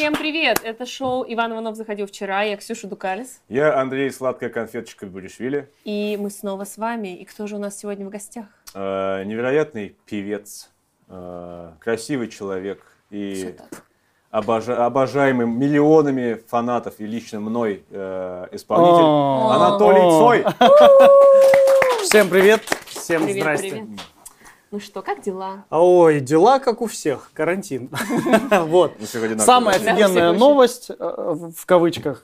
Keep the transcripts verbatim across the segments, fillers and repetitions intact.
Всем привет! Это шоу «Иван Иванов заходил вчера». Я Ксюша Дукалис. Я Андрей Сладкая конфеточка Буришвили. И мы снова с вами. И кто же у нас сегодня в гостях? Э, невероятный певец, э, красивый человек и обожа- обожаемый миллионами фанатов и лично мной э, исполнитель О-о-о. Анатолий Цой. Всем привет, всем Привет, здрасте. привет. Ну что, как дела? Ой, дела как у всех, карантин. Вот. Самая офигенная новость, в кавычках,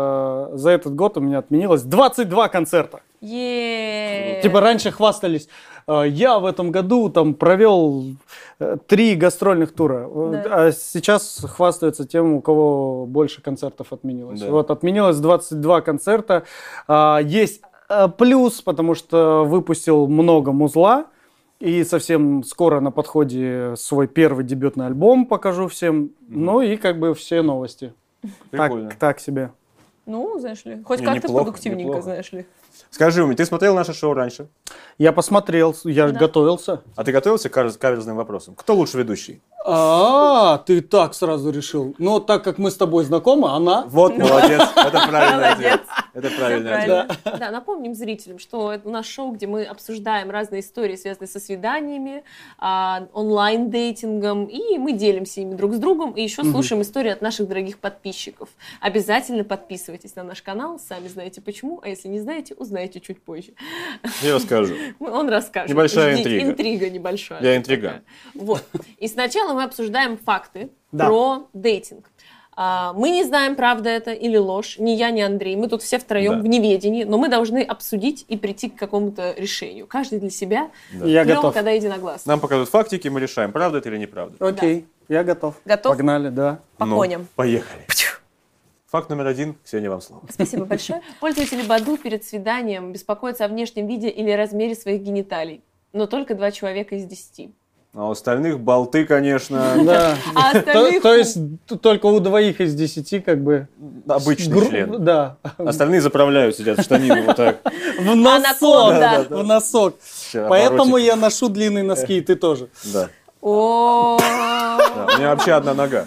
за этот год у меня отменилось двадцать два концерта. Е-е-е. Типа раньше хвастались, я в этом году там провел три гастрольных тура, Да. а сейчас хвастаются тем, у кого больше концертов отменилось. Да. Вот отменилось двадцать два концерта. Есть плюс, потому что выпустил много музла. И совсем скоро на подходе свой первый дебютный альбом покажу всем. Mm-hmm. Ну и как бы все новости. Так, так себе. Ну, знаешь ли, хоть Не, как-то неплохо, продуктивненько, неплохо. знаешь ли. Скажи мне, ты смотрел наше шоу раньше? Я посмотрел, я Да. готовился. А ты готовился к кавер- каверзным вопросам? Кто лучше ведущий? А, ты так сразу решил. Но так как мы с тобой знакомы, она... Вот, молодец. Это правильный ответ. Молодец. Это Всё правильный ответ. правильно. Да, напомним зрителям, что это у нас шоу, где мы обсуждаем разные истории, связанные со свиданиями, а, онлайн-дейтингом, и мы делимся ими друг с другом, и еще слушаем истории от наших дорогих подписчиков. Обязательно подписывайтесь на наш канал, сами знаете почему, а если не знаете, узнаете чуть позже. Я расскажу. Он расскажет. Небольшая Ждите. интрига. Интрига небольшая. Я интриган. Вот. И сначала мы обсуждаем факты Да. про дейтинг. А, Мы не знаем, правда это или ложь, ни я, ни Андрей. Мы тут все втроем Да. в неведении, но мы должны обсудить и прийти к какому-то решению. Каждый для себя. Я Клёво, готов. когда единогласно. Нам показывают фактики, мы решаем, правда это или неправда. Окей, я готов. Готов? Погнали, да. По Ну, коням. Поехали. Факт номер один. Ксения, вам слово. Спасибо большое. Пользователи Баду перед свиданием беспокоятся о внешнем виде или размере своих гениталий. Но только два человека из десяти. А у остальных болты, конечно, Да. А То, остальных... то есть т- только у двоих из десяти как бы... обычный гру- член. Да. Остальные заправляют, сидят в штанину вот так. В носок. Анаконда. В носок. Ща, Поэтому оборотик. я ношу длинные носки, и ты тоже. Да. О, Да, у меня вообще одна нога.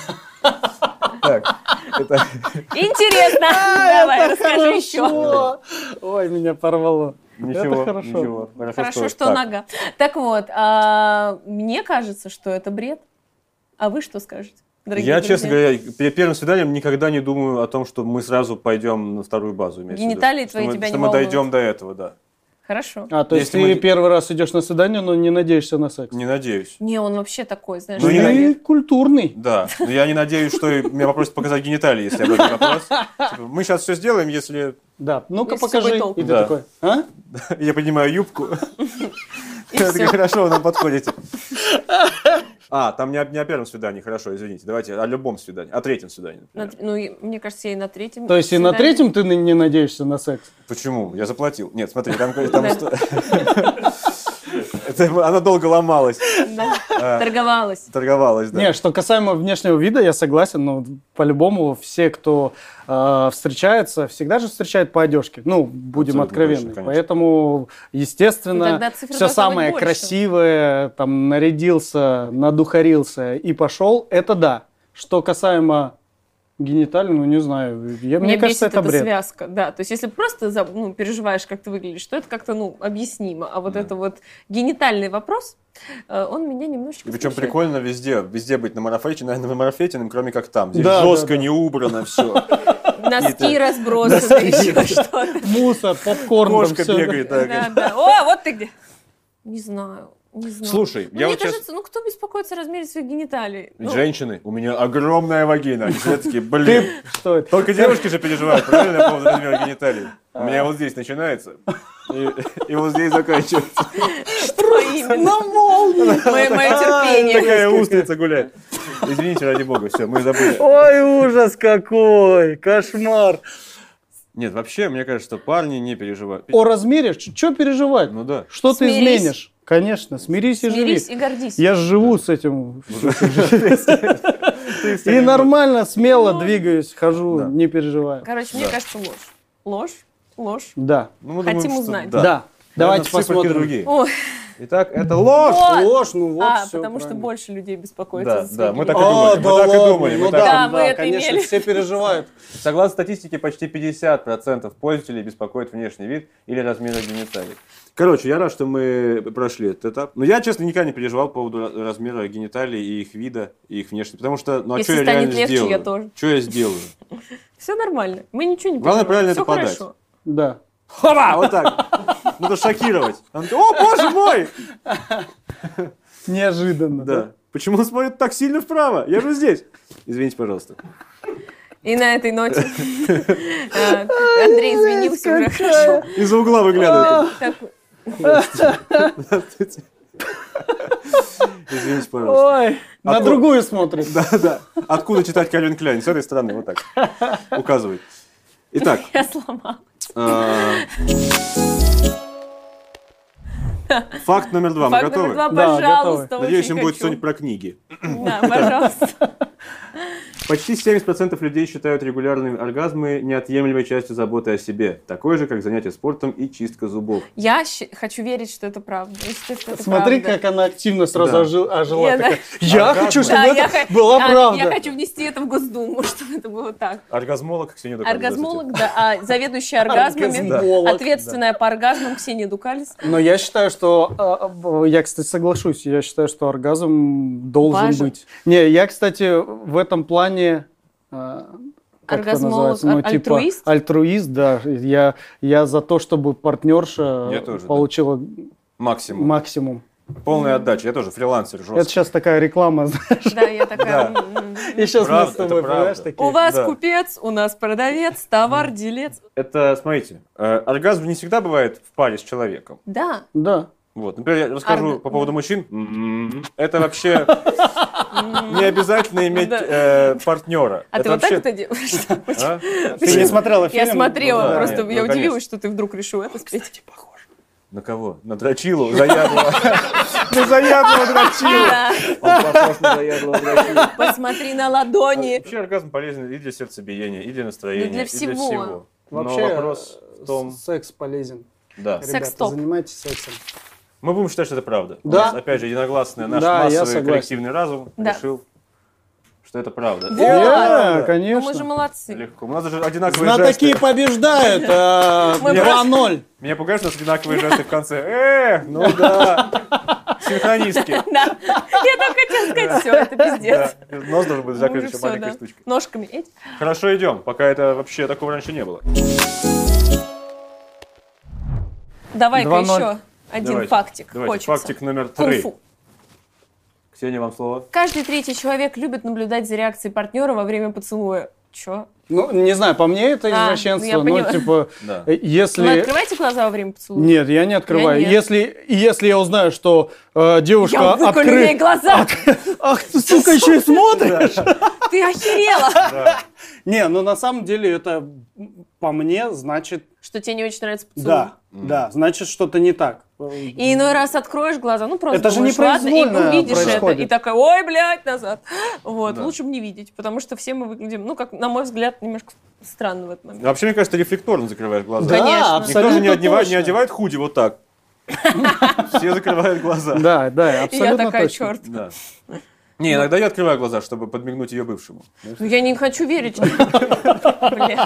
Так, это... интересно. Давай, расскажи еще. Хорошо. Ой, меня порвало. Ничего, Это хорошо. ничего. Хорошо, что так. нога. Так вот, а, мне кажется, что это бред. А вы что скажете, дорогие Я, друзья? честно говоря, перед первым свиданием никогда не думаю о том, что мы сразу пойдем на вторую базу. имеется в виду. Гениталии Что твои мы- тебя Что не мы волнуют? дойдем до этого, да. Хорошо. А, то есть Если ты мы- первый раз идешь на свидание, но не надеешься на секс? Не надеюсь. Не, он вообще такой, знаешь, Ну, Ты не человек. культурный. Да, но я не надеюсь, что меня попросят показать гениталии, если об этом вопрос. Типа, мы сейчас все сделаем, если Да, ну-ка Если покажи. с тобой толк. И ты Да. такой, а? я поднимаю юбку. И Это всё. хорошо, вы нам подходите. А, там не о, не о первом свидании, хорошо, извините. Давайте о любом свидании, о третьем свидании, На например. тр- Ну, и мне кажется, я и на третьем. То есть и на свидании. третьем ты не надеешься на секс? Почему? Я заплатил. Нет, смотри, там... там Да. исто- Это Она долго ломалась, Да. Торговалась. торговалась, да. Не, что касаемо внешнего вида, я согласен, но по-любому все, кто э, встречается, всегда же встречают по одежке. Ну, будем Абсолютно откровенны. точно, конечно. Поэтому, Ну, естественно, тогда цифра все должна быть самое больше. красивое, там, нарядился, надухарился и пошел, это да. Что касаемо гениталий, ну, не знаю. Я, мне Меня кажется, бесит это эта бред. связка, да. То есть, если просто за- ну, переживаешь, как ты выглядишь, то это как-то, ну, объяснимо. А вот Да. это вот генитальный вопрос, э, он меня немножечко И причем смущает. прикольно везде, везде быть на марафете, наверное, на марафетином, кроме как там. Здесь Да, жестко, да, да. не убрано все. Носки какие-то- разбросаны, еще что-то. Мусор, попкорн. там Кошка всё. бегает, да. Да, да. О, вот ты где. Не знаю. Не знаю. Слушай, Ну, я мне вот сейчас... кажется, ну кто беспокоится о размере своих гениталий? Ну, Женщины, у меня огромная вагина. Они все такие, блин. Ты, что это? Только девушки же переживают, правильно, по поводу размера гениталий. У меня вот здесь начинается, и, и вот здесь заканчивается. что именно? На молнии. Мое, мое терпение. Такая устрица гуляет. Извините, ради бога, все, мы забыли. Ой, ужас какой, кошмар. Нет, вообще, мне кажется, что парни не переживают. О размере, что переживать? Ну да. Что ты Смирись. изменишь? Конечно, смирись и Смирись живи. и гордись. Я ж живу с этим. Ты, И кстати, нормально, смело Ну. двигаюсь, хожу, Да. не переживаю. Короче, мне Да. кажется, ложь. Ложь, ложь. Да, ну, мы Хотим думаем, что узнать. да. да. Давайте Наверное, цифры посмотрим. другие. Ой, Итак, это ложь! Вот. Ложь, ну вот, А, всё потому что правильно. больше людей беспокоится Да, за да, свои мы так и гениталии. думали, мы так и ладно, думали, мы ну так и Да, да, мы да, это конечно, имели. все переживают. Согласно статистике, почти пятьдесят процентов пользователей беспокоит внешний вид или размер гениталий. Короче, я рад, что мы прошли этот этап. Но я, честно, никогда не переживал по поводу размера гениталий и их вида, и их внешности. Потому что, ну а Если что я станет реально легче, сделаю? я тоже. Что я сделаю? Все нормально. Мы ничего не Главное, правильно Все это подать. хорошо. Да. Хоба! Вот так. Надо шокировать. Он такой, о, боже мой! Неожиданно. Да. Почему он смотрит так сильно вправо? Я же здесь. Извините, пожалуйста. И на этой ноте э, Андрей извинился уже хорошо. Из-за угла выглядывает. Так, Здравствуйте. Извините, пожалуйста. Ой, на Откуда- другую смотрит. Да, да. Откуда читать Кальвин Кляйн? С этой стороны, вот так. Указывает. Итак. я сломала. э, Факт номер два. Мы Факт номер готовы? два, Да, пожалуйста, готовы. Надеюсь, очень им будет хочу. что-нибудь про книги. Да, пожалуйста. Почти семьдесят процентов людей считают регулярные оргазмы неотъемлемой частью заботы о себе. Такой же, как занятие спортом и чистка зубов. Я щ- хочу верить, что это правда. Естественно, это Смотри, правда. как она активно сразу Да. ожил- ожила. Я, такая, да. Я Оргазм. хочу, чтобы Да, я это х- была а, правда. Я хочу внести это в Госдуму, чтобы это было так. Оргазмолог Ксения Дукалис. Оргазмолог, да, а заведующая оргазмами, Оргазмолог. ответственная по оргазмам Ксения Дукалис. Но я считаю, что... а, а, Я, кстати, соглашусь. Я считаю, что оргазм должен Важен. быть. Не, я, кстати, в этом плане... а, как это Оргазмолог, называется? Ну, альтруист? типа, альтруист, да. Я, я за то, чтобы партнерша Я тоже, да. получила Максимум. максимум. Полная отдача. Я тоже фрилансер Это жесткий. сейчас такая реклама, знаешь. Да, я такая... Да. м, м, м. И сейчас мы Правда, с тобой, это правда. понимаешь, такие... У вас Да. купец, у нас продавец, товар, делец. Это, смотрите, э, оргазм не всегда бывает в паре с человеком. Да. Да. Вот, например, я расскажу Орга- по поводу мужчин. М-м-м. Это вообще не обязательно иметь Да. э, партнера. А Это ты вот вообще- так это делаешь? А? Ты не смотрела фильм? Я смотрела, Ну да, просто нет, я ну, удивилась, конечно. что ты вдруг решил это спеть. На кого? На дрочилу, заядлого. На заядлого дрочилу. Да. Он похож на заядлого дрочилу. Посмотри на ладони. Вообще оргазм полезен и для сердцебиения, и для настроения, Ну, для и всего. для всего. Но Вообще, вопрос в том... с- секс полезен. Да. Ребята, Секс-топ. занимайтесь сексом. Мы будем считать, что это правда. У Да. нас, опять же, единогласное наш Да, я массовый согласен. коллективный разум Да. решил, что это правда. Вот. Да, Да. Ну, мы же конечно. молодцы. Легко. У нас даже одинаковые Знатоки жесты. побеждают. а, Мы два ноль. Меня пугает, что у нас одинаковые жесты в конце. Эх, ну да. Синхронистки. Да. Я так хотела сказать, все, это пиздец. Да. Нос должен быть закрыт Уже еще всё, маленькой да. штучкой. Ножками эть. Хорошо, идем. Пока это вообще такого раньше не было. Давай-ка два ноль. еще один Давайте. фактик. Давайте, Хочется. фактик номер три. Кунг-фу. Ксения, вам слово. Каждый третий человек любит наблюдать за реакцией партнера во время поцелуя. Че? Ну, не знаю, по мне это А, извращенство. ну, я но, поняла. типа, Да. э, если... Вы открываете глаза во время поцелуя? Нет, я не открываю. Я нет. Если, если я узнаю, что э, девушка Я выколю ей откры- глаза! Ах, ты, сука, еще и смотришь? Ты охерела! Да. Не, ну на самом деле это по мне значит... Что тебе не очень нравится поцелуй? Да, да, значит что-то не так. И иной раз откроешь глаза, ну просто Это же думаешь, ладно, и непроизвольно увидишь это, происходит. и такая, ой, блядь, назад. Вот, Да. лучше бы не видеть, потому что все мы выглядим, ну, как, на мой взгляд, немножко странно в этот момент. Вообще, мне кажется, ты рефлекторно закрываешь глаза. Да, Конечно. Никто абсолютно же не одевает, точно. не одевает худи вот так. Все закрывают глаза. Да, да, И я абсолютно такая, точно. черт. Да. Не, иногда я открываю глаза, чтобы подмигнуть ее бывшему. Ну, я не хочу верить. Блядь.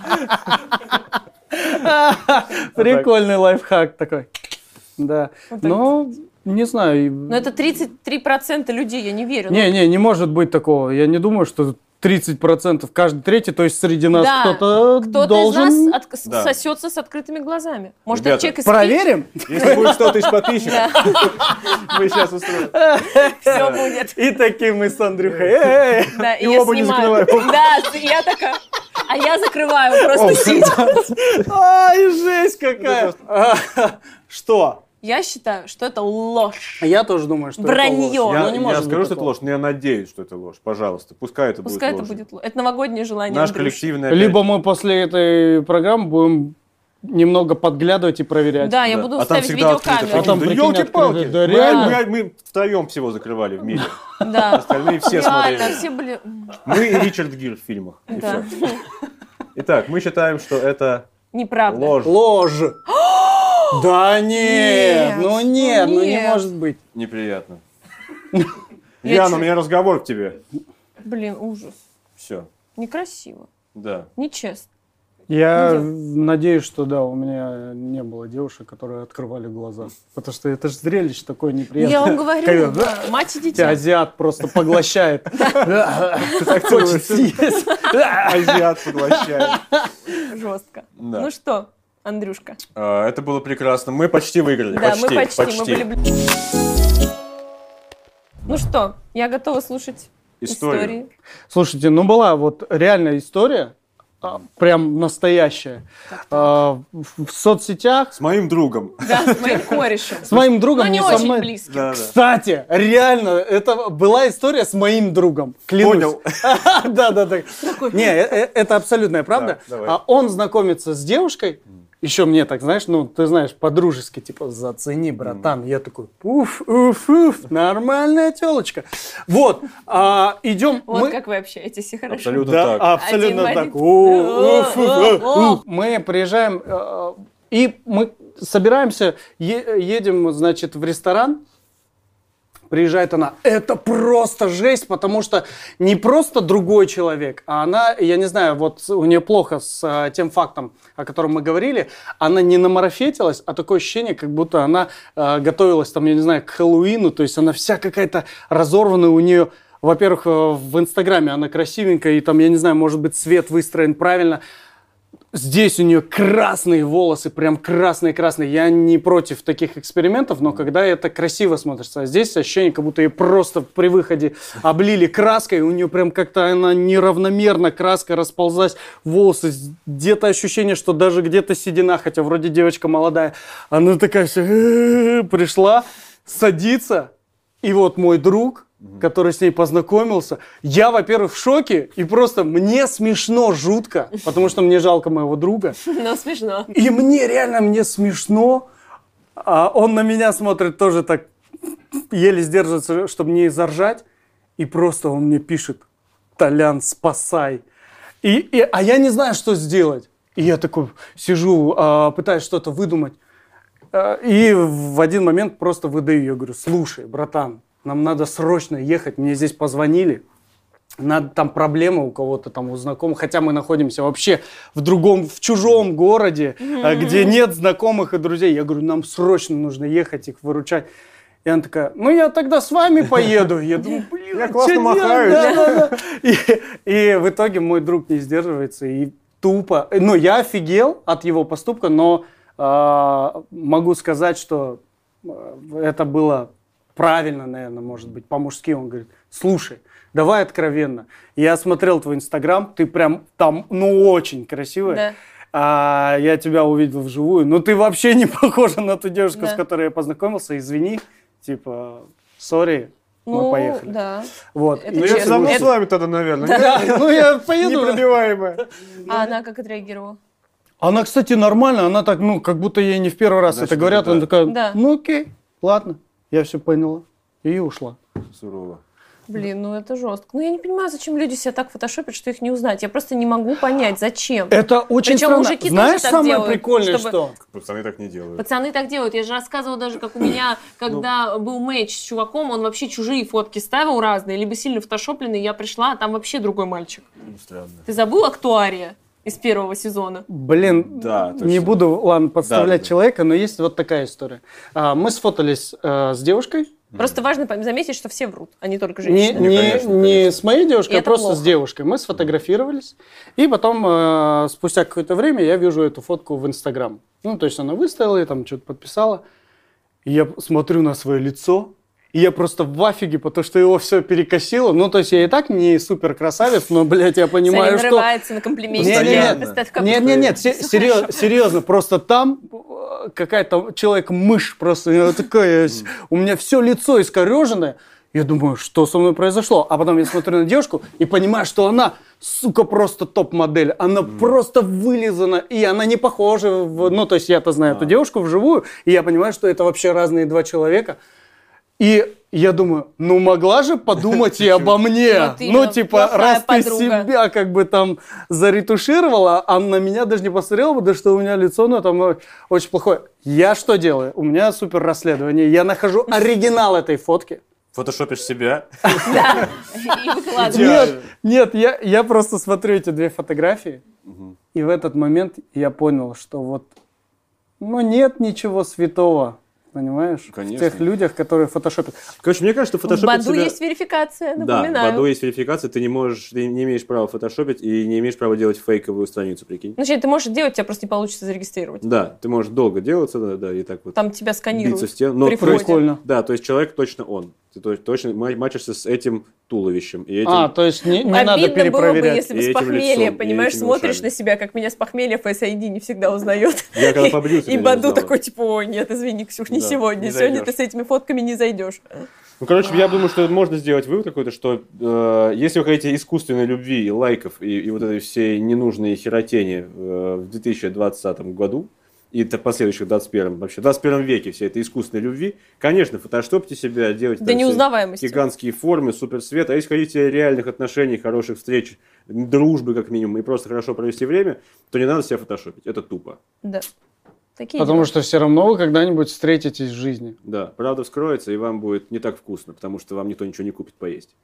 Прикольный лайфхак такой. Да. Вот так. Ну, не знаю. Но это тридцать три процента людей, я не верю. Не, не, не может быть такого. Я не думаю, что тридцать процентов каждый третий, то есть среди нас Да, кто-то Кто-то должен... из нас от- Да. сосется с открытыми глазами. Может, Ребята, этот человек и Проверим? Если будет сто тысяч подписчиков, мы сейчас устроим. все будет. И такие мы с Андрюхой. Эй! Да, и И я оба не снимаю. закрываем. Да, я такая. А я закрываю, просто сидя. Ай, жесть какая! А, Что? Я считаю, что это ложь. Я тоже думаю, что Вранье. это ложь. Я, Ну, не я может скажу, быть что это такого. ложь, но я надеюсь, что это ложь. Пожалуйста, пускай это Пускай будет это ложь. будет ложь. Это новогоднее желание. Наш Андрюши. коллективный... Либо опять- мы после этой программы будем немного подглядывать и проверять. Да, я Да. буду А там ставить всегда открыто. видеокамеру. А там, Да прикинь, елки-палки! открыто. Да, Мы- реально. Мы, мы втроем всего закрывали в мире. Да. Остальные все Реально, смотрели. все были... Мы и Ричард Гир в фильмах. И Да. всё. Итак, мы считаем, что это Неправда. ложь. Ложь. Да нет, ну нет, ну не может быть. Неприятно. Я Яна, чё? у меня разговор к тебе. Блин, ужас. Все. Некрасиво. Да. Нечестно. Я Ну, надеюсь, что да, у меня не было девушек, которые открывали глаза. Потому что это же зрелище такое неприятное. Я вам говорю, Когда, да, мать и тебя дитя. азиат просто поглощает. Хочет съесть. Азиат поглощает. Жестко. Да. Ну что, Андрюшка? А, Это было прекрасно. Мы почти выиграли. Да, Почти, мы почти, мы почти. были... бли- Ну что, я готова слушать Историю. истории. Слушайте, ну была вот реальная история, а, прям настоящая. А, В в соцсетях С моим другом. Да, с моим корешем. с моим другом, Но не не со очень мной. близким. Да, да. Кстати, реально, это была история с моим другом. Клянусь. Понял. Да, да, да. Не, э- э- это абсолютная правда. Да, давай. А Он знакомится с девушкой. Еще мне так, знаешь, ну, ты знаешь, по-дружески, типа, зацени, братан. Я такой, уф, уф, уф, нормальная телочка. Вот, а, идем. Вот мы- как вы общаетесь, и хорошо. Абсолютно Да, так. абсолютно Один в так. один. О, уф, уф, О, о, уф. Мы приезжаем, э, и мы собираемся, е- едем, значит, в ресторан. Приезжает она. Это просто жесть, потому что не просто другой человек, а она, я не знаю, вот у нее плохо с а, тем фактом, о котором мы говорили, она не намарафетилась, а такое ощущение, как будто она а, готовилась, там, я не знаю, к Хэллоуину, то есть она вся какая-то разорванная у нее. Во-первых, э, в Инстаграме она красивенькая, и там, я не знаю, может быть, цвет выстроен правильно. Здесь у нее красные волосы, прям красные-красные. Я не против таких экспериментов, но когда это красиво смотрится. А здесь ощущение, как будто ее просто при выходе облили краской. У нее прям как-то она неравномерно краска расползлась в волосы. Где-то ощущение, что даже где-то седина, хотя вроде девочка молодая. Она такая вся пришла, садится. И вот мой друг, который с ней познакомился, я, во-первых, в шоке, и просто мне смешно жутко, потому что мне жалко моего друга. Ну, смешно. И мне реально, мне смешно. А он на меня смотрит тоже так, еле сдерживается, чтобы не заржать. И просто он мне пишет: Толян, спасай. И, и, а я не знаю, что сделать. И я такой сижу, а, пытаюсь что-то выдумать. А, и в один момент просто выдаю. Я говорю: слушай, братан, нам надо срочно ехать. Мне здесь позвонили. Надо, там проблемы у кого-то там, у знакомых. Хотя мы находимся вообще в другом, в чужом городе, mm-hmm. где нет знакомых и друзей. Я говорю: нам срочно нужно ехать, их выручать. И она такая: ну я тогда с вами поеду. Я думаю, блин, я классно махаю. Да, да, да. И, и в итоге мой друг не сдерживается и тупо. Ну, я офигел от его поступка, но э, могу сказать, что это было правильно, наверное, может быть, по-мужски. Он говорит: слушай, давай откровенно. Я смотрел твой Инстаграм, ты прям там, ну, очень красивая. Да. А, я тебя увидел вживую. Но ты вообще не похожа на ту девушку, Да. с которой я познакомился. Извини, типа, сори, мы Ну, поехали. да. Вот. Это И- Ну я честно. со мной Это- с вами тогда, наверное. Да, ну я поеду. Непробиваемая. А она как отреагировала? Она, кстати, нормально, она так, ну, как будто ей не в первый раз Значит, это говорят. это Она да. такая: Да. ну окей, ладно, я все поняла. И ушла. Сурово. Блин, ну это жестко. Ну я не понимаю, зачем люди себя так фотошопят, что их не узнать. Я просто не могу понять, зачем. Это очень Причем странно. мужики тоже Знаешь, так самое делают, прикольное, чтобы- что? Пацаны так не делают. Пацаны так делают. Я же рассказывала даже, как у меня, когда был матч с чуваком, он вообще чужие фотки ставил разные, либо сильно фотошопленные. Я пришла, а там вообще другой мальчик. Ну, странно. Ты забыл актуария из первого сезона? Блин, Да, точно. не буду, ладно, подставлять Да, да. человека, но есть вот такая история. А, мы сфотались э, с девушкой. Просто важно пом- заметить, что все врут, а не только Не, женщины. Не, не, конечно, не конечно. с моей девушкой, И а это просто плохо. с девушкой. Мы сфотографировались. И потом, э, спустя какое-то время, я вижу эту фотку в Инстаграм. Ну, то есть она выставила и там что-то подписала. И я смотрю на свое лицо. И я просто в афиге, потому что его все перекосило. Ну, то есть я и так не супер красавец, но, блядь, я понимаю, Саня что... нарывается на комплименты. Не-не-не. Поставь капусту. Нет, нет, нет, серьезно, серьезно, просто там э, какая-то человек-мышь просто, я такая, у меня все лицо искореженное. Я думаю, что со мной произошло? А потом я смотрю на девушку и понимаю, что она, сука, просто топ-модель. Она mm. просто вылизана, и она не похожа. В... Ну, то есть я-то знаю а. эту девушку вживую, и я понимаю, что это вообще разные два человека. И я думаю, ну могла же подумать и обо мне. Ну типа, раз ты себя как бы там заретушировала, а на меня даже не посмотрела бы, да что у меня лицо, ну там очень плохое. Я что делаю? У меня супер расследование. Я нахожу оригинал этой фотки. Фотошопишь себя? Да, и выкладываешь. Нет, нет, я, я просто смотрю эти две фотографии, угу. И в этот момент я понял, что вот, ну нет ничего святого, понимаешь? Конечно. В тех людях, которые фотошопят. Короче, мне кажется, фотошопить В Баду себя... есть верификация, напоминаю. Да, в Баду есть верификация, ты не можешь, ты не имеешь права фотошопить и не имеешь права делать фейковую страницу, прикинь. Значит, ты можешь делать, у тебя просто не получится зарегистрировать. Да, ты можешь долго делаться, да, да, и так вот. Там тебя сканируют. Биться в стену. Но, прикольно. Да, то есть человек точно он. Ты точно мачишься с этим туловищем. И этим... А, то есть не, не надо перепроверять. Обидно было бы, если бы с похмелья, лицом, понимаешь, смотришь ушами. на себя, как меня с похмелья Face ай ди не всегда узнает. Я когда побрился, И Баду такой, типа, ой, нет, извини, Ксюх, не да, сегодня. не Сегодня зайдешь. ты с этими фотками не зайдешь. Ну, короче, я думаю, что можно сделать вывод какой-то, что э, если вы хотите искусственной любви, и лайков и, и вот этой всей ненужной херотени э, в две тысячи двадцатом году, и в последующих двадцать первом, вообще, в двадцать первом веке всей этой искусственной любви, конечно, фотошопьте себя, делайте до неузнаваемости. Гигантские формы, суперсвет. А если хотите реальных отношений, хороших встреч, дружбы как минимум, и просто хорошо провести время, то не надо себя фотошопить. Это тупо. Да. Такие Потому дела. что все равно вы когда-нибудь встретитесь в жизни. Да, правда вскроется, и вам будет не так вкусно, потому что вам никто ничего не купит поесть.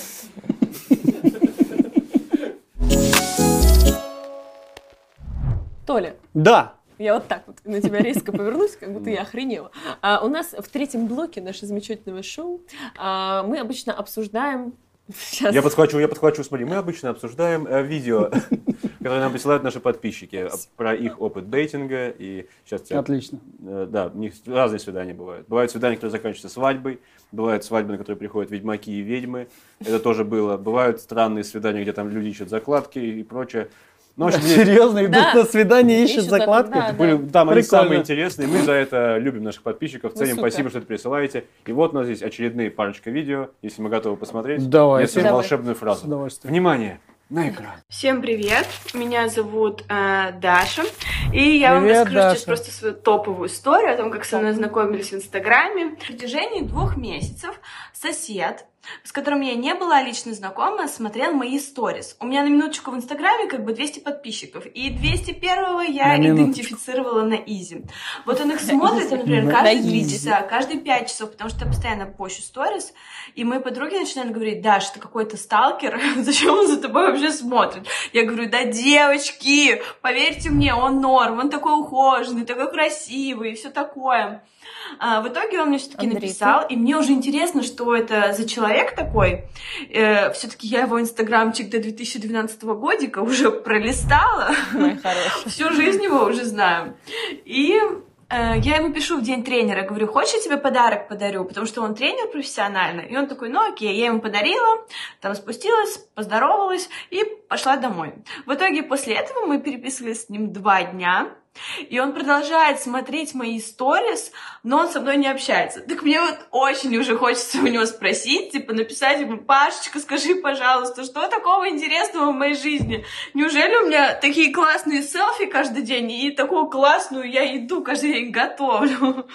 Толя. Да. Я вот так вот на тебя резко повернусь, как будто я охренела. А, у нас в третьем блоке нашего замечательного шоу а, мы обычно обсуждаем... Сейчас. Я подхвачу, я подхвачу, смотри, мы обычно обсуждаем э, видео, которые нам присылают наши подписчики, про их опыт дейтинга. И сейчас тебя, Отлично. Э, да, у них разные свидания бывают. Бывают свидания, которые заканчиваются свадьбой, бывают свадьбы, на которые приходят ведьмаки и ведьмы. Это тоже было. Бывают странные свидания, где там люди ищут закладки и прочее. Ну, общем, серьезно, идут да. на свидание, ищут Ищут закладки? да, были, да. Там они Прикольно. самые интересные. Мы за это любим наших подписчиков, ценим. супер. Спасибо, что это присылаете. И вот у нас здесь очередные парочка видео. Если мы готовы посмотреть, Давайте. я скажу Давай. волшебную фразу. С удовольствием. Внимание! На экран. Всем привет, меня зовут э, Даша, и я вам Привет, расскажу Даша. сейчас просто свою топовую историю о том, как со мной знакомились в Инстаграме. В протяжении двух месяцев сосед, с которым я не была лично знакома, смотрел мои сторис. У меня на минуточку в Инстаграме как бы двести подписчиков, и двести первого я На идентифицировала на изи. Вот он их смотрит, например, каждые три часа, каждые пять часов, потому что я постоянно пощу сторис, и мои подруги начинают говорить: Даша, ты какой-то сталкер, зачем он за тобой вообще смотрит? Я говорю: да, девочки, поверьте мне, он норм, он такой ухоженный, такой красивый, и все такое. А, в итоге он мне все-таки написал, и мне уже интересно, что это за человек такой. Э, все-таки я его инстаграмчик до две тысячи двенадцатого годика уже пролистала. Моя хорошая. Всю жизнь его уже знаю. И э, я ему пишу в день тренера, говорю: хочешь, я тебе подарок подарю? Потому что он тренер профессиональный. И он такой: ну окей, я ему подарила, там спустилась, поздоровалась и пошла домой. В итоге после этого мы переписывались с ним два дня. И он продолжает смотреть мои сторис, но он со мной не общается. Так мне вот очень уже хочется у него спросить, типа написать ему: Пашечка, скажи, пожалуйста, что такого интересного в моей жизни? Неужели у меня такие классные селфи каждый день и такую классную я еду каждый день готовлю?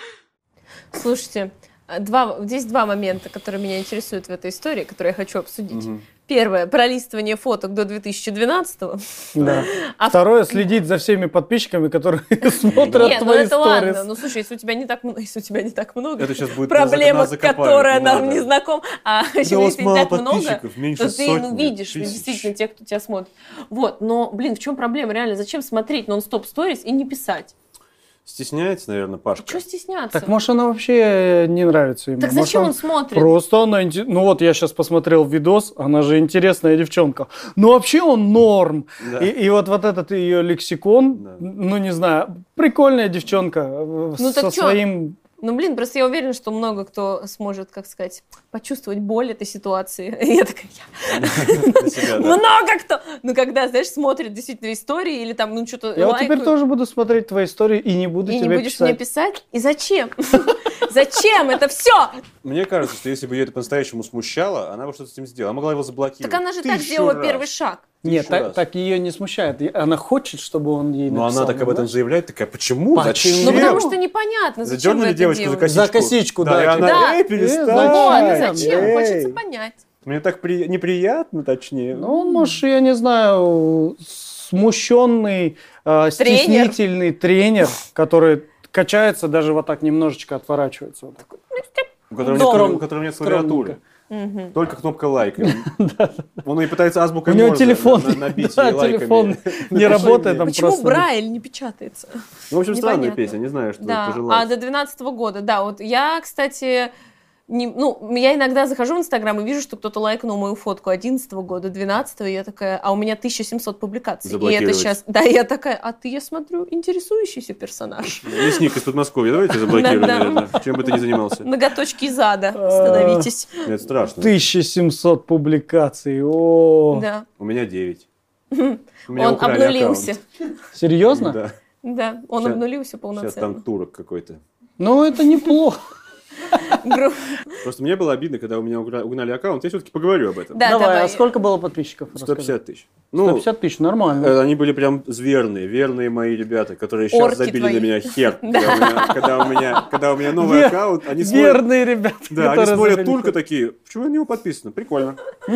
Слушайте, два, здесь два момента, которые меня интересуют в этой истории, которые я хочу обсудить. Угу. Первое, пролистывание фоток до две тысячи двенадцатого. Да. А Второе, следить за всеми подписчиками, которые смотрят Нет, ну твои это ладно. сторис. Ну слушай, если у тебя не так много, если у тебя не так много, Это сейчас будет проблема, нас закопают, которая не нам надо. не знакома, а если у вас не мало так много, подписчиков, меньше то ты ну, сотни видишь тысяч. действительно тех, кто тебя смотрит. Вот, но, блин, в чем проблема? Реально, зачем смотреть нон-стоп сторис и не писать? Стесняется, наверное, Пашка. Чего стесняться? Так может она вообще не нравится ему? Так Может, зачем он смотрит? Просто она... инте- Ну вот я сейчас посмотрел видос, она же интересная девчонка. Ну вообще он норм. Да. И, и вот, вот этот ее лексикон, Да. ну не знаю, прикольная девчонка э, Ну со так чё? своим... Ну, блин, просто я уверена, что много кто сможет, как сказать, почувствовать боль этой ситуации. И я такая, я. Для себя, да. Много кто! Ну, когда, знаешь, смотрят действительно истории или там, ну, что-то Я вот лайкают. теперь тоже буду смотреть твои истории и не буду И не тебе будешь писать. мне писать? И зачем? Зачем это все? Мне кажется, что если бы ее это по-настоящему смущало, она бы что-то с этим сделала. Она могла его заблокировать. Так она же так тысячу сделала раз. первый шаг. Нет, Тысячу так, раз. так ее не смущает. И Она хочет, чтобы он ей Но написал. она так об этом понимаешь? заявляет, такая, почему? Почему? Зачем? Ну, потому что непонятно, зачем вы Задернули это девочку за делаете. косичку. За косичку, да, и типа. она, Да. эй, перестань. Э, Вот, Зачем? зачем? Эй. Хочется понять. Мне так при... неприятно, точнее. Ну, он, может, я не знаю, смущенный, э, стеснительный тренер, который качается, даже вот так немножечко отворачивается. Вот так. У которого, Дома. нет, у которого нет клавиатуры. Мгм. Только кнопка лайк. И Он, он и пытается азбукой У него Морзе телефон, на- на- набить да, ей лайками. телефон не работает, там Почему просто... Брайль не печатается? Ну, в общем, странная Непонятно. песня, не знаю, что Да, пожелать. а до двенадцатого года, да, вот я, кстати, не, ну, я иногда захожу в Инстаграм и вижу, что кто-то лайкнул мою фотку одиннадцатого года, двенадцатого, и я такая, а у меня тысяча семьсот публикаций. И это Заблокировать. сейчас, да, я такая, а ты, я смотрю, интересующийся персонаж. Лесник из Подмосковья, давайте заблокируем, Да-да. наверное, чем бы ты ни занимался. Ноготочки из ада, становитесь. Это страшно. тысяча семьсот публикаций. О, Да, У меня девять. У меня он украли обнулился. аккаунт. серьезно? Да. Да, он Щас- обнулился Сейчас полноценно. там турок какой-то. Ну, это неплохо. Гру- Просто мне было обидно, когда у меня угра- угнали аккаунт. Я все-таки поговорю об этом. Да, Давай, давай. а сколько было подписчиков? сто пятьдесят тысяч. сто Ну, пятьдесят тысяч, нормально. э, они были прям зверные, верные мои ребята, которые сейчас Орки забили твои. на меня хер. Когда у меня- Когда у меня, когда у меня новый Вер- аккаунт, они смотрят, Верные ребята, да, они которые смотрят забили. турка такие, почему на него подписано? Прикольно.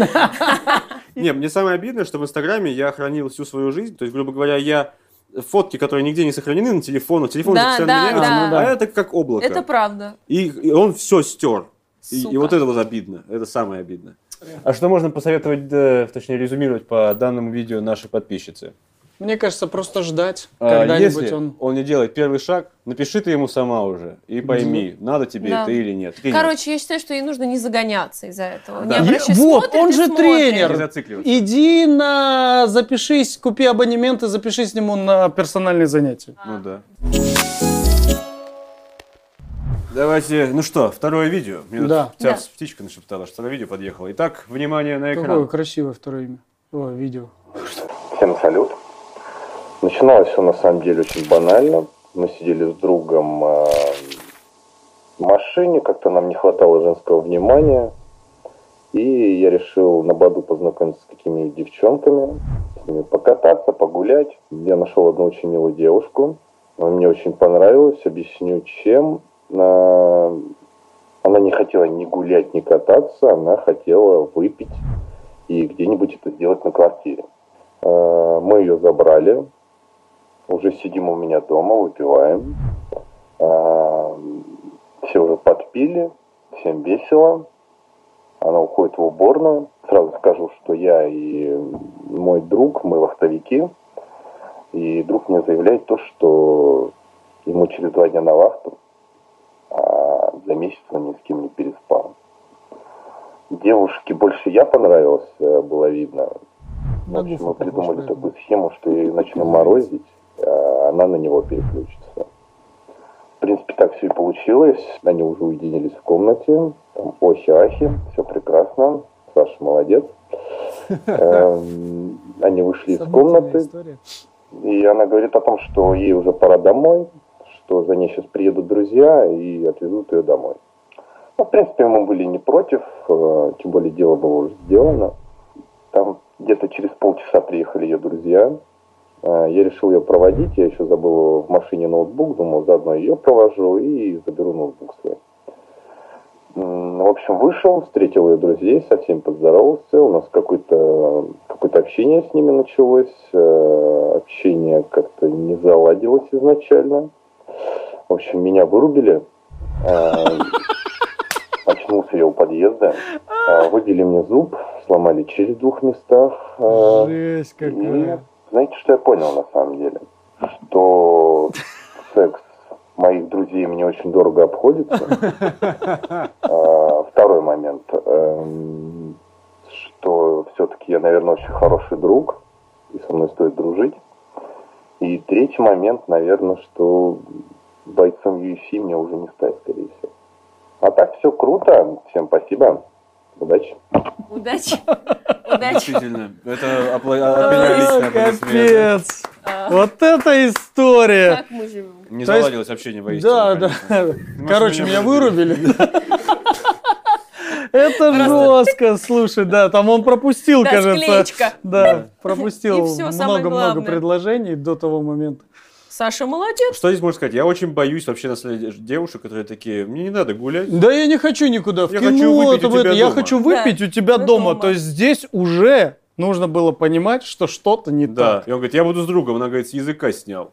Не, мне самое обидное, что в Инстаграме я хранил всю свою жизнь. То есть, грубо говоря, я фотки, которые нигде не сохранены на телефонах, телефон Да, постоянно да, меняется, да. а это как облако. Это правда. И, и он все стер. И, Сука. и вот это вот обидно. Это самое обидное. А что можно посоветовать, да, точнее резюмировать по данному видео нашей подписчице? Мне кажется, просто ждать, А, когда-нибудь Если он... он не делает первый шаг, напиши ты ему сама уже и пойми, надо тебе Да. это или нет. Или Короче, я считаю, что ей нужно не загоняться из-за этого. Да. Не обращай, Вот, смотрит он и же смотрит. нет. тренер. Не зацикливаться. Иди на... Запишись, купи абонемент и запишись к нему на персональные занятия. Ну да. Давайте, ну что, второе видео. Мне тут Да. вся Да. птичка нашептала, что второе видео подъехало. Итак, внимание на экран. Какое красивое второе имя. О, видео. Всем салют. Начиналось все на самом деле очень банально. Мы сидели с другом э, в машине, как-то нам не хватало женского внимания. И я решил на Баду познакомиться с какими-нибудь девчонками, с ними покататься, погулять. Я нашел одну очень милую девушку. Она мне очень понравилась. Объясню, чем. Э, Она не хотела ни гулять, ни кататься. Она хотела выпить и где-нибудь это сделать на квартире. Э, Мы ее забрали. Уже сидим у меня дома, выпиваем. Э, Все уже подпили, всем весело. Она уходит в уборную. Сразу скажу, что я и мой друг, мы вахтовики. И друг мне заявляет то, что ему через два дня на вахту, а за месяц он ни с кем не переспал. Девушке больше я понравился, было видно. В общем, мы придумали такую схему, что я ее начну морозить, а она на него переключится. В принципе, так все и получилось. Они уже уединились в комнате. Там охи-ахи, все прекрасно. Саша молодец. Эм, Они вышли из комнаты. И она говорит о том, что ей уже пора домой, что за ней сейчас приедут друзья и отвезут ее домой. Ну, в принципе, мы были не против, э, тем более дело было уже сделано. Там где-то через полчаса приехали ее друзья. Э, Я решил ее проводить, я еще забыл в машине ноутбук, думал, заодно ее провожу и заберу ноутбук свой. М, В общем, вышел, встретил ее друзей, со всеми поздоровался. У нас какое-то какое-то общение с ними началось. Э, Общение как-то не заладилось изначально. В общем, меня вырубили. Э, Очнулся я у подъезда. Э, Выбили мне зуб, сломали челюсть в двух местах. Э, Жесть И какая. знаете, что я понял на самом деле? Что секс моих друзей мне очень дорого обходится. А, Второй момент, эм, что все-таки я, наверное, очень хороший друг, и со мной стоит дружить. И третий момент, наверное, что бойцом ю эф си мне уже не стать, скорее всего. А так все круто. Всем спасибо. Удачи. Удачи. Удачи. Действительно, это опла- определенно личные О, аплодисменты. капец. Вот это история. Как мы живем? Не То есть- заладилось общение воистину. Да, да. конечно. Короче, меня вырубили. Это жестко, слушай, да, там он пропустил, Да, кажется. склеечка. Да, пропустил И всё, самое много-много главное. предложений до того момента. Саша молодец. Что здесь можно сказать? Я очень боюсь вообще на самом деле девушек, которые такие, мне не надо гулять. Да я не хочу никуда в Я кино, хочу выпить там у это, тебя я дома. хочу выпить Да, у тебя мы дома. дома. То есть здесь уже нужно было понимать, что что-то не Да, так. и он говорит, я буду с другом. Она говорит, с языка снял.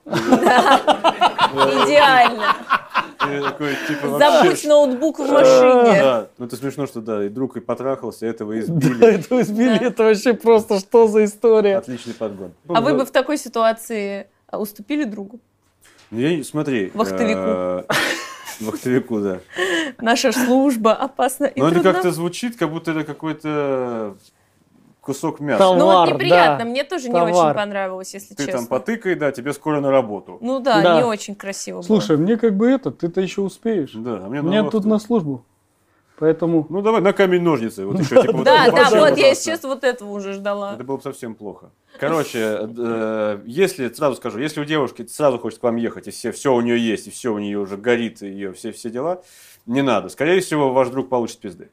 Идеально. Я такой, типа, вообще, Забудь ноутбук в машине. Да, ну это смешно, что да, и друг и потрахался, этого Да, избили. это избили, это вообще просто что за история. Отличный подгон. А вы бы в такой ситуации а, уступили другу? Ну, я не- смотри. Вахтовику. э, Вахтовику, да. Наша служба опасна и Но это трудна. как-то звучит, как будто это какой-то кусок мяса. Там- Ну вот Товар, неприятно, да. мне тоже не Товар. очень понравилось, если Ты честно. там потыкай, да, тебе скоро на работу. Ну да, Да. не очень красиво Слушай, мне как бы это, ты-то еще успеешь. Да, а мне, Мне на тут вахту. на службу. Поэтому... Ну давай на камень-ножницы. Вот еще, типа, было. вот Да, это да, вообще вот я, ужасно. если честно, вот этого уже ждала. Это было бы совсем плохо. Короче, э, если, сразу скажу, если у девушки сразу хочет к вам ехать, и все, все у нее есть, и все у нее уже горит, и ее все, все дела, не надо. Скорее всего, ваш друг получит пизды.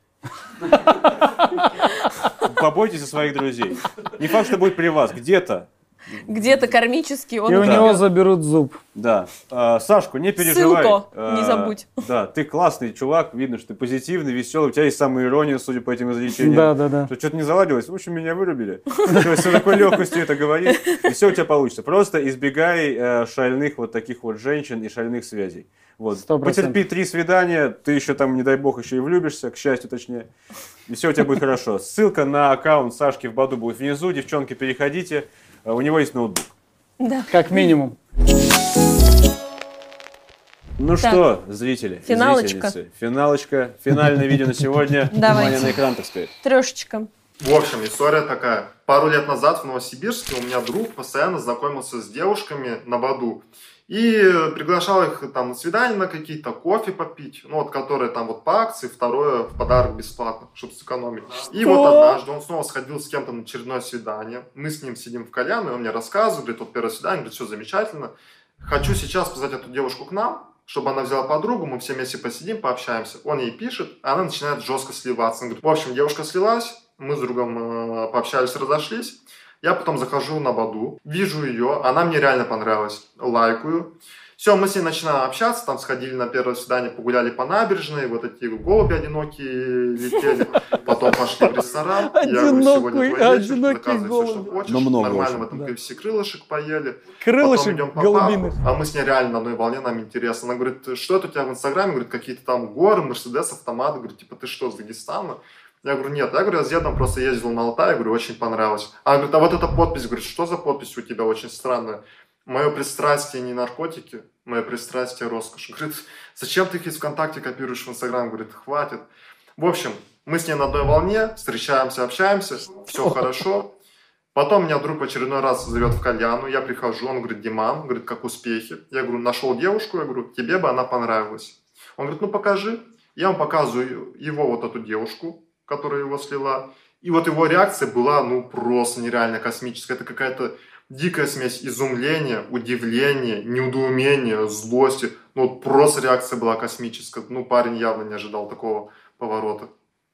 Побойтесь о своих друзей. Не факт, что будет при вас, где-то. Где-то кармически он И у умрет. него заберут зуб. Да. А, Сашку, не переживай. Ссылку А, не забудь. Да, ты классный чувак, видно, что ты позитивный, веселый, у тебя есть самоирония, судя по этим изречениям. Да, да, да. Что, что-то не заладилось, в общем, меня вырубили. То есть с такой легкостью это говорит, и все у тебя получится. Просто избегай э, шальных вот таких вот женщин и шальных связей. Вот. Сто процентов. Потерпи три свидания, ты еще там, не дай бог, еще и влюбишься, к счастью, точнее. И все у тебя будет хорошо. Ссылка на аккаунт Сашки в Баду будет внизу. Девчонки, переходите. Э, У него есть ноутбук. Да. Как минимум. Ну Так. что, зрители, и Финалочка. зрительницы, финалочка, финальное видео на сегодня. Давайте. Внимание на экран, так сказать. Трешечка. В общем, история такая. Пару лет назад в Новосибирске у меня друг постоянно знакомился с девушками на Баду. И приглашал их там на свидание на какие-то, кофе попить, ну вот которые там вот по акции, второе в подарок бесплатно, чтобы сэкономить. И вот однажды он снова сходил с кем-то на очередное свидание. Мы с ним сидим в кальяне, он мне рассказывает, говорит, вот первое свидание, говорит, все замечательно. Хочу сейчас позвать эту девушку к нам, чтобы она взяла подругу, мы все вместе посидим, пообщаемся. Он ей пишет, а она начинает жестко сливаться. Он говорит, в общем, девушка слилась, мы с другом э, пообщались, разошлись. Я потом захожу на Баду, вижу ее, она мне реально понравилась, лайкаю. Все, мы с ней начинаем общаться, там сходили на первое свидание, погуляли по набережной, вот эти голуби одинокие летели, потом пошли в ресторан. Я говорю, сегодня твой вечер, заказывай все, что хочешь. Но много Нормально очень, в этом да. кей эф си крылышек поели. Крылышек Потом идем по голубиных. парку, а мы с ней реально на одной волне, нам интересно. Она говорит, что это у тебя в Инстаграме? Говорит, какие-то там горы, Мерседес, автоматы. Говорит, типа, ты что, с Дагестана? Я говорю, нет. Я говорю, я с дедом просто ездил на Алтай. Я говорю, очень понравилось. Она говорит, а вот эта подпись, говорит, что за подпись у тебя очень странная? Мое пристрастие не наркотики, мое пристрастие роскошь. Говорит, зачем ты их из ВКонтакте копируешь в Инстаграм? Говорит, хватит. В общем, мы с ней на одной волне, встречаемся, общаемся, все хорошо. Потом меня друг в очередной раз зовет в кальяну, я прихожу, он говорит, Диман, говорит, как успехи? Я говорю, нашел девушку, я говорю, тебе бы она понравилась. Он говорит, ну покажи. Я вам показываю его вот эту девушку, которая его слила. И вот его реакция была, ну, просто нереально космическая. Это какая-то дикая смесь изумления, удивления, недоумения, злости. Ну, вот просто реакция была космическая. Ну, парень явно не ожидал такого поворота.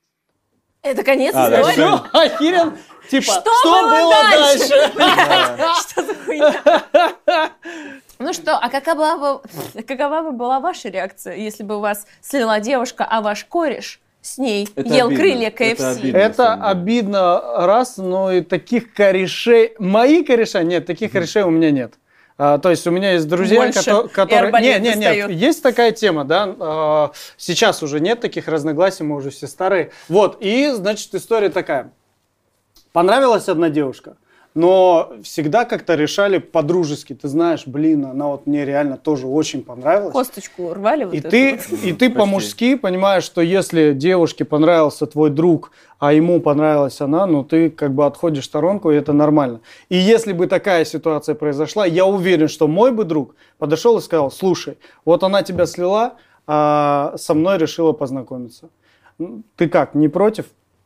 Это конец А, да, истории? всё. Все, Ахирен, типа, Что что, было было дальше? дальше? Что за хуйня? Ну что, а какова бы, какова бы была ваша реакция, если бы у вас слила девушка, а ваш кореш с ней Это ел обидно. крылья Это кей эф си? обидно. на Это самом деле. обидно раз, но и таких корешей... Мои кореша? Нет, таких корешей у меня нет. А, то есть у меня есть друзья, Больше кото- и которые... арбалет Не, не, нет, достают. есть такая тема, да. а, Сейчас уже нет таких разногласий, мы уже все старые. Вот, и, значит, история такая. Понравилась одна девушка, но всегда как-то решали по-дружески. Ты знаешь, блин, она вот мне реально тоже очень понравилась. Косточку рвали вот И эту ты, вот? и ты по-мужски понимаешь, что если девушке понравился твой друг, а ему понравилась она, ну ты как бы отходишь в сторонку, и это нормально. И если бы такая ситуация произошла, я уверен, что мой бы друг подошел и сказал, слушай, вот она тебя слила, а со мной решила познакомиться. Ты как, не против?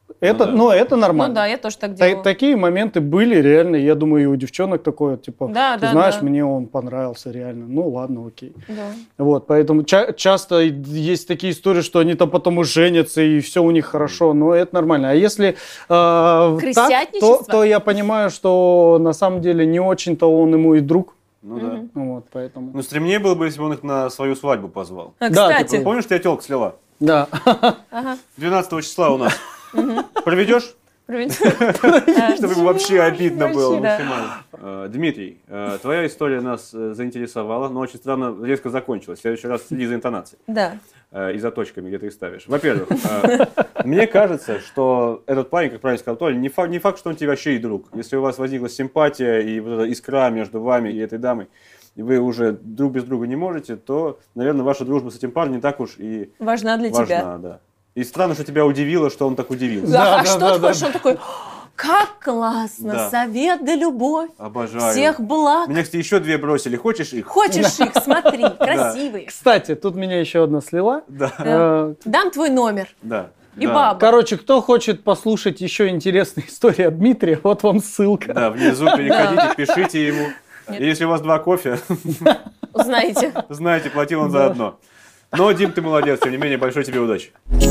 Это, Ну да. ну, это нормально. Ну да, я тоже так Та- делала. Такие моменты были реально, я думаю, и у девчонок такое, типа, Да, ты да, знаешь, да. мне он понравился реально, ну ладно, окей. Да. Вот, поэтому ча- часто есть такие истории, что они там потом и женятся, и все у них хорошо, но это нормально. А если э, так, то, Крысятничество? то я понимаю, что на самом деле не очень-то он ему и друг. Ну да. Вот, поэтому. Ну, стремнее было бы, если бы он их на свою свадьбу позвал. А, Да, кстати, Типа, помнишь, тебя телка слила? Да. ага. двенадцатого числа у нас. Проведешь? Привет. Чтобы ему вообще обидно Вообще, было. да. максимально. Э, Дмитрий, э, твоя история нас э, заинтересовала, но очень странно резко закончилась. В следующий раз следи за интонацией Да. э, и за точками, где ты их ставишь. Во-первых, э, мне кажется, что этот парень, как правильно сказал Толя, не факт, не факт, что он тебе вообще и друг. Если у вас возникла симпатия и вот эта искра между вами и этой дамой, и вы уже друг без друга не можете, то, наверное, ваша дружба с этим парнем не так уж и Важна для тебя. важна. Да. И странно, что тебя удивило, что он так удивился. Да, Да, а да, что да, ты да. хочешь? Он такой, как классно, Да. совет да любовь, Обожаю. всех благ. Меня, кстати, еще две бросили. Хочешь их? Хочешь их, смотри, красивые. Кстати, тут меня еще одна слила. Да. Э, Дам твой номер. Да. И да. бабу. Короче, кто хочет послушать еще интересные истории от Дмитрия, вот вам ссылка. Да, внизу переходите, пишите ему. И если у вас два кофе, Узнаете. знаете, платил он за одно. Но, Дим, ты молодец, тем не менее, большой тебе удачи.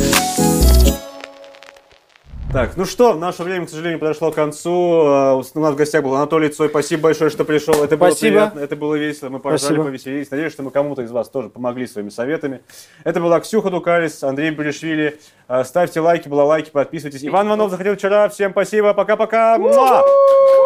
Так, ну что, наше время, к сожалению, подошло к концу. Э, У нас в гостях был Анатолий Цой. Спасибо большое, что пришел. Это было Спасибо. приятно, это было весело. Мы поржали, Спасибо. повеселились. Надеюсь, что мы кому-то из вас тоже помогли своими советами. Это была Ксюха Дукалис, Андрей Буришвили. Э, Ставьте лайки, было лайки, подписывайтесь. Иван Иванов заходил вчера. Всем спасибо, пока-пока. Муа!